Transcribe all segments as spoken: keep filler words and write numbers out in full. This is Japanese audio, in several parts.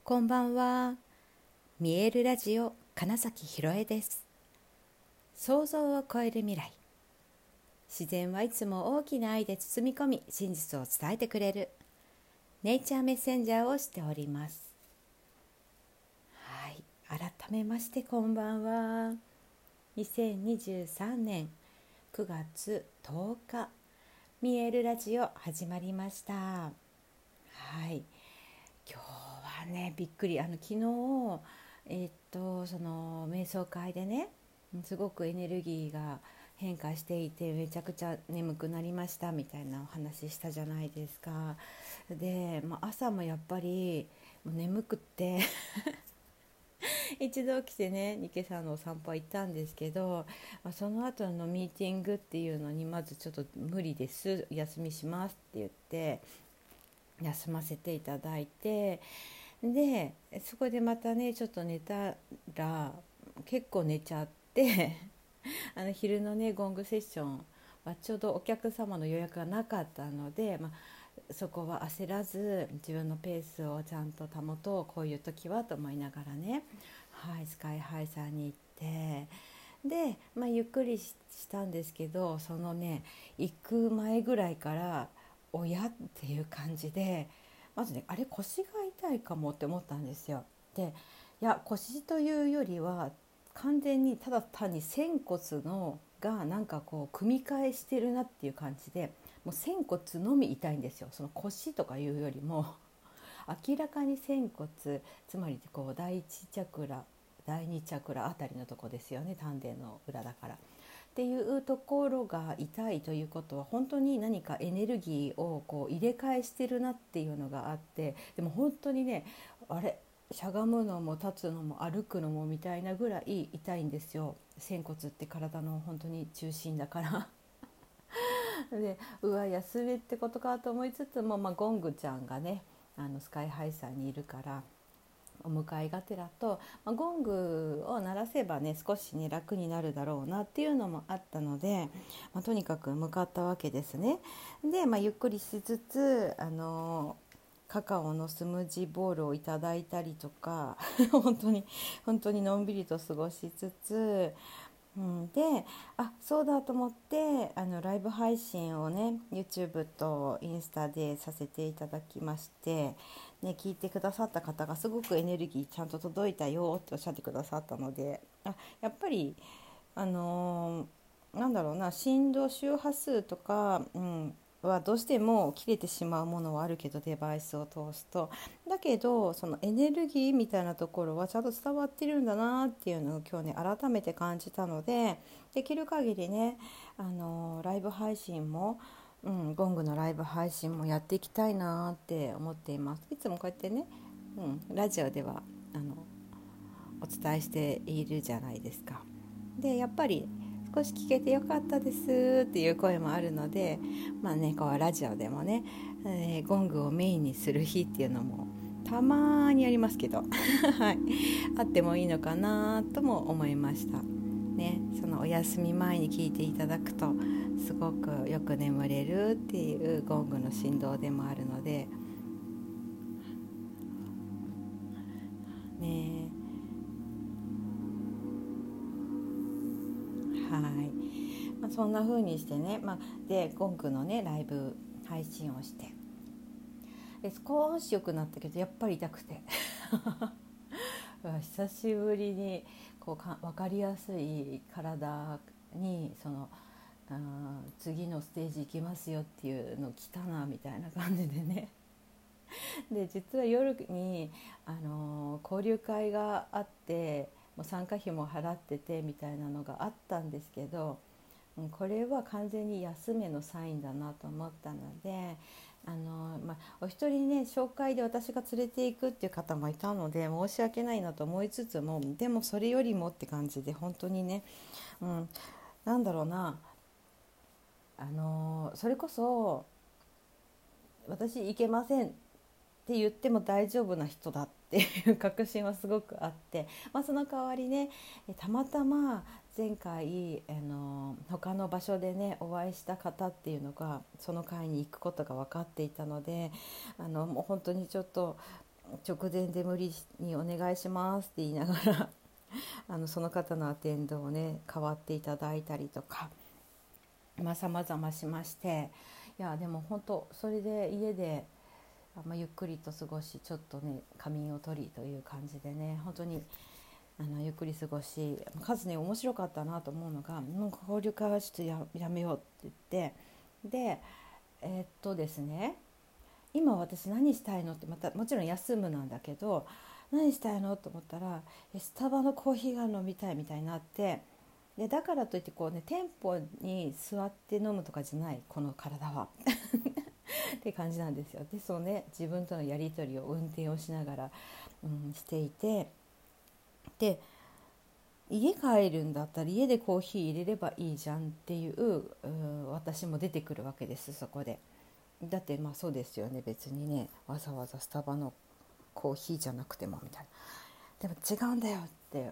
こんばんは。見えるラジオ金崎ひろえです。想像を超える未来。自然はいつも大きな愛で包み込み、真実を伝えてくれるネイチャーメッセンジャーをしております。はい、改めましてこんばんは。にせんにじゅうさんねんくがつとおか、見えるラジオ始まりました。はい、今日はねびっくり、あの昨日えーっとその瞑想会でね、すごくエネルギーが変化していてめちゃくちゃ眠くなりましたみたいなお話したじゃないですか。で、まあ、朝もやっぱりもう眠くって一度起きてねニケさんのお散歩は行ったんですけど、まあ、その後のミーティングっていうのにまずちょっと無理です、休みしますって言って休ませていただいて、でそこでまたねちょっと寝たら結構寝ちゃってあの昼のねゴングセッションはちょうどお客様の予約がなかったので、まあ、そこは焦らず自分のペースをちゃんと保とう、こういう時はと思いながらね、はい、スカイハイさんに行ってで、まあ、ゆっくりしたんですけど、そのね行く前ぐらいからおやっていう感じで、まずねあれ腰が痛いかもって思ったんですよ。でいや腰というよりは完全にただ単に仙骨のがなんかこう組み替えしてるなっていう感じで、もう仙骨のみ痛いんですよ。その腰とかいうよりも明らかに仙骨、つまりこう第一チャクラ第二チャクラあたりのとこですよね、丹田の裏だからっていうところが痛いということは、本当に何かエネルギーをこう入れ替えしてるなっていうのがあって、でも本当にねあれしゃがむのも立つのも歩くのもみたいなぐらい痛いんですよ。仙骨って体の本当に中心だからでうわ休めってことかと思いつつも、まあ、ゴングちゃんがねあのスカイハイさんにいるからお迎えがてらと、まあ、ゴングを鳴らせばね少しね楽になるだろうなっていうのもあったので、まあ、とにかく向かったわけですね。で、まあ、ゆっくりしつつあのカカオのスムージーボールをいただいたりとか本当に本当にのんびりと過ごしつつ、うん、であそうだと思ってあのライブ配信をね YouTube とインスタでさせていただきまして、ね、聞いてくださった方がすごくエネルギーちゃんと届いたよっておっしゃってくださったので、あやっぱりあのーなんだろうな、振動周波数とか、うん、はどうしても切れてしまうものはあるけど、デバイスを通すとだけどそのエネルギーみたいなところはちゃんと伝わってるんだなっていうのを今日ね改めて感じたので、できる限りね、あのーライブ配信も、うん、ゴングのライブ配信もやっていきたいなって思っています。いつもこうやってね、うん、ラジオではあのお伝えしているじゃないですか。でやっぱり少し聞けてよかったですっていう声もあるので、まあねこうラジオでもね、えーゴングをメインにする日っていうのもたまにありますけどはい、あってもいいのかなとも思いましたね。そのお休み前に聞いていただくとすごくよく眠れるっていうゴングの振動でもあるのでね。はい、まあ、そんな風にしてね、まあ、でゴングのねライブ配信をしてで少し良くなったけどやっぱり痛くて久しぶりにこうか分かりやすい体にそのあ次のステージ行きますよっていうの来たなみたいな感じでね。で実は夜にあの交流会があって、もう参加費も払っててみたいなのがあったんですけど、これは完全に休めのサインだなと思ったので、あの、まあ、お一人ね紹介で私が連れていくっていう方もいたので申し訳ないなと思いつつも、でもそれよりもって感じで本当にね、うん、なんだろうな、あのそれこそ私行けませんって言っても大丈夫な人だっていう確信はすごくあって、まあ、その代わりねたまたま前回あの他の場所でねお会いした方っていうのがその会に行くことが分かっていたので、あのもう本当にちょっと直前で無理にお願いしますって言いながらあのその方のアテンドをね代わっていただいたりとか、まあ、様々しまして、いやでも本当それで家で、まあ、ゆっくりと過ごし、ちょっとね仮眠を取りという感じでね、本当にあのゆっくり過ごし、数ね面白かったなと思うのが、もう交流会はちょっと や, やめようって言って、でえーっとですね今私何したいのって、またもちろん休むなんだけど、何したいのと思ったら、スタバのコーヒーが飲みたいみたいになって、でだからといってこうね店舗に座って飲むとかじゃない、この体はって感じなんですよ。でそうね、自分とのやり取りを運転をしながら、うん、していて、で家帰るんだったら家でコーヒー入れればいいじゃんっていう、う私も出てくるわけです。そこでだってまあそうですよね、別にねわざわざスタバのコーヒーじゃなくてもみたいな、でも違うんだよって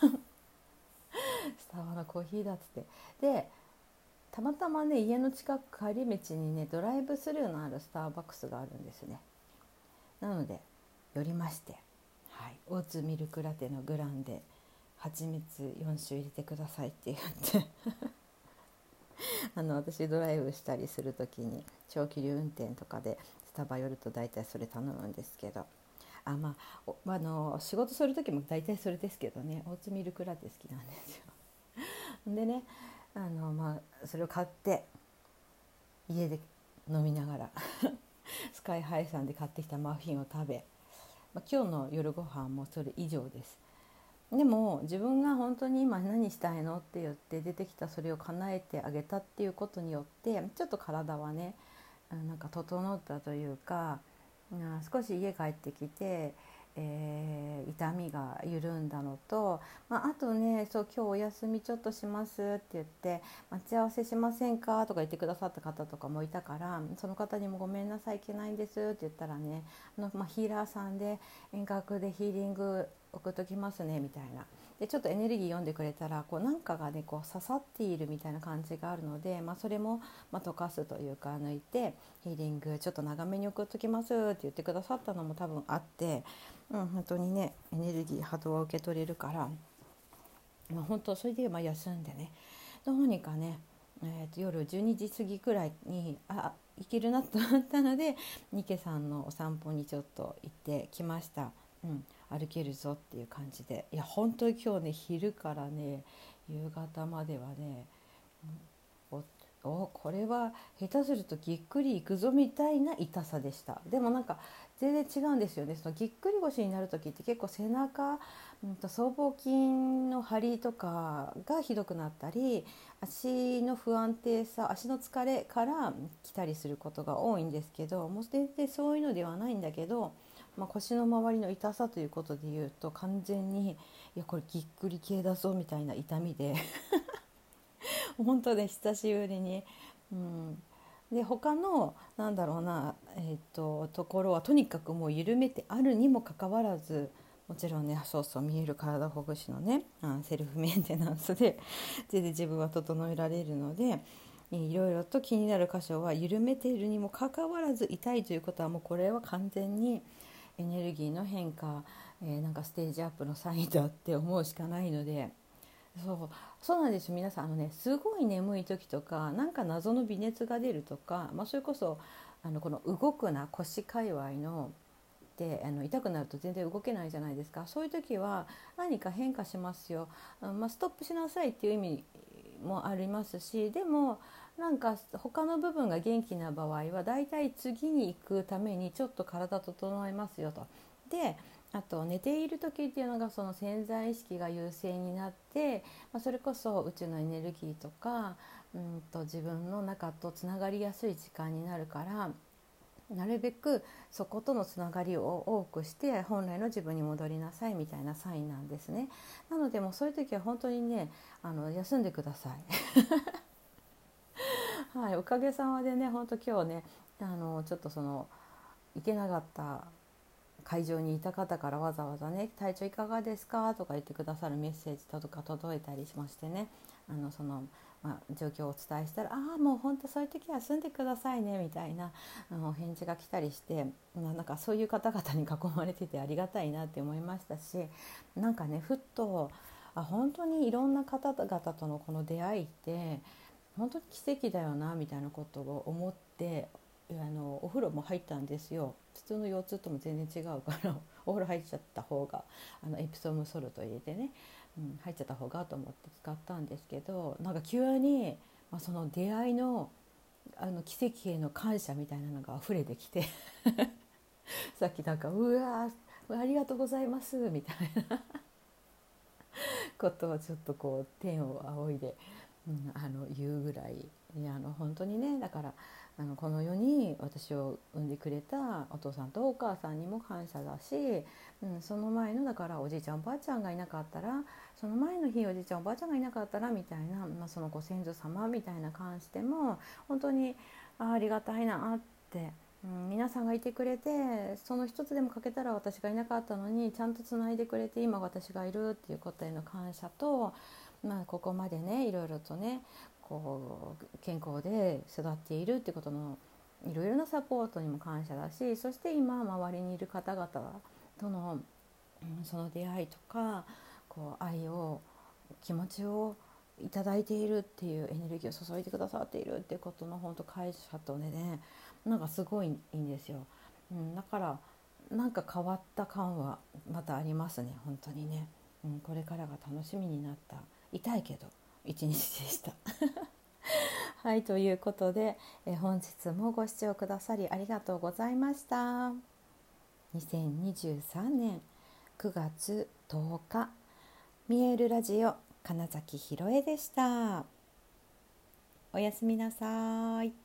スタバのコーヒーだっつって、でたまたまね家の近く帰り道にねドライブスルーのあるスターバックスがあるんですね。なので寄りまして、はい、オーツミルクラテのグランで蜂蜜よん種入れてくださいって言ってあの私ドライブしたりする時に長距離運転とかでスタバ寄ると大体それ頼むんですけど、あ、まあ、あの仕事する時も大体それですけどね、オーツミルクラテ好きなんですよ。でね、あの、まあ、それを買って家で飲みながらスカイハイさんで買ってきたマフィンを食べ、まあ、今日の夜ご飯もそれ以上です。でも自分が本当に今何したいのって言って出てきたそれを叶えてあげたっていうことによってちょっと体はねなんか整ったというか、少し家帰ってきて、えー、痛みが緩んだのと、まあ、あとね、そう今日お休みちょっとしますって言って待ち合わせしませんかとか言ってくださった方とかもいたから、その方にもごめんなさい行けないんですって言ったらね、あの、まあ、ヒーラーさんで遠隔でヒーリング送っときますねみたいな、でちょっとエネルギー読んでくれたらこうなんかがねこう刺さっているみたいな感じがあるので、まあ、それも、まあ、溶かすというか抜いてヒーリングちょっと長めに送っときますって言ってくださったのも多分あって、うん、本当にねエネルギー波動は受け取れるから、まあ、本当それでまあ休んでね、どうにかね、えー、と夜じゅうにじ過ぎくらいにあ行けるなと思ったのでニケさんのお散歩にちょっと行ってきました。うん、歩けるぞっていう感じで、いや本当に今日ね昼からね夕方まではね、うん、おおこれは下手するとぎっくりいくぞみたいな痛さでした。でもなんか全然違うんですよね。そのぎっくり腰になる時って結構背中、うん、と僧帽筋の張りとかがひどくなったり、足の不安定さ、足の疲れから来たりすることが多いんですけど、もう全然そういうのではないんだけど、まあ、腰の周りの痛さということでいうと完全にいやこれぎっくり系だぞみたいな痛みで本当で久しぶりに、うん、で他のなんだろうな、えー、とところはとにかくもう緩めてあるにもかかわらず、もちろんねそうそう見える体ほぐしのねセルフメンテナンスで全然自分は整えられるので、いろいろと気になる箇所は緩めているにもかかわらず痛いということはもうこれは完全にエネルギーの変化、えー、なんかステージアップのサインだって思うしかないので、そうそうなんですよ。皆さんあのねすごい眠い時とかなんか謎の微熱が出るとか、まあ、それこそあのこの動くな腰界隈のであの痛くなると全然動けないじゃないですか。そういう時は何か変化しますよ、まあ、ストップしなさいっていう意味もありますし、でもなんか他の部分が元気な場合はだいたい次に行くためにちょっと体整えますよと。であと寝ている時っていうのがその潜在意識が優勢になって、まあ、それこそ宇宙のエネルギーとかうんと自分の中とつながりやすい時間になるから、なるべくそことのつながりを多くして本来の自分に戻りなさいみたいなサインなんですね。なのでもうそういう時は本当にねあの休んでくださいはい、おかげさまでね本当今日ねあのちょっとその行けなかった会場にいた方からわざわざね体調いかがですかとか言ってくださるメッセージとか届いたりしましてね、あのそのまあ、状況をお伝えしたら「ああもう本当そういう時は休んでくださいね」みたいなあのお返事が来たりして、まあ、なんかそういう方々に囲まれててありがたいなって思いましたし、なんかねふっとあ本当にいろんな方々とのこの出会いって本当に奇跡だよなみたいなことを思って、あのお風呂も入ったんですよ。普通の腰痛とも全然違うからお風呂入っちゃった方があのエプソムソルト入れてね、うん、入っちゃった方がと思って使ったんですけど、なんか急に、まあ、その出会いの、あの奇跡への感謝みたいなのが溢れてきてさっきなんか「うわありがとうございます」みたいなことをちょっとこう天を仰いで、うん、あの言うぐらい、いやあの本当にね、だからあのこの世に私を産んでくれたお父さんとお母さんにも感謝だし、うん、その前のだからおじいちゃんおばあちゃんがいなかったら、その前の日おじいちゃんおばあちゃんがいなかったらみたいな、まあ、そのご先祖様みたいな関しても本当に あ, ありがたいなって、うん、皆さんがいてくれて、その一つでも欠けたら私がいなかったのにちゃんとつないでくれて今私がいるっていうことへの感謝と、まあ、ここまでねいろいろとねこう健康で育っているってことのいろいろなサポートにも感謝だし、そして今周りにいる方々との、うん、その出会いとかこう愛を気持ちをいただいているっていうエネルギーを注いでくださっているっていうことの本当感謝とね、なんかすごいいいんですよ、うん、だからなんか変わった感はまたありますね本当にね、うん、これからが楽しみになった痛いけど一日でしたはい、ということで、え本日もご視聴くださりありがとうございました。にせんにじゅうさんねんくがつとおか、見えるラジオ金崎ひろえでした。おやすみなさい。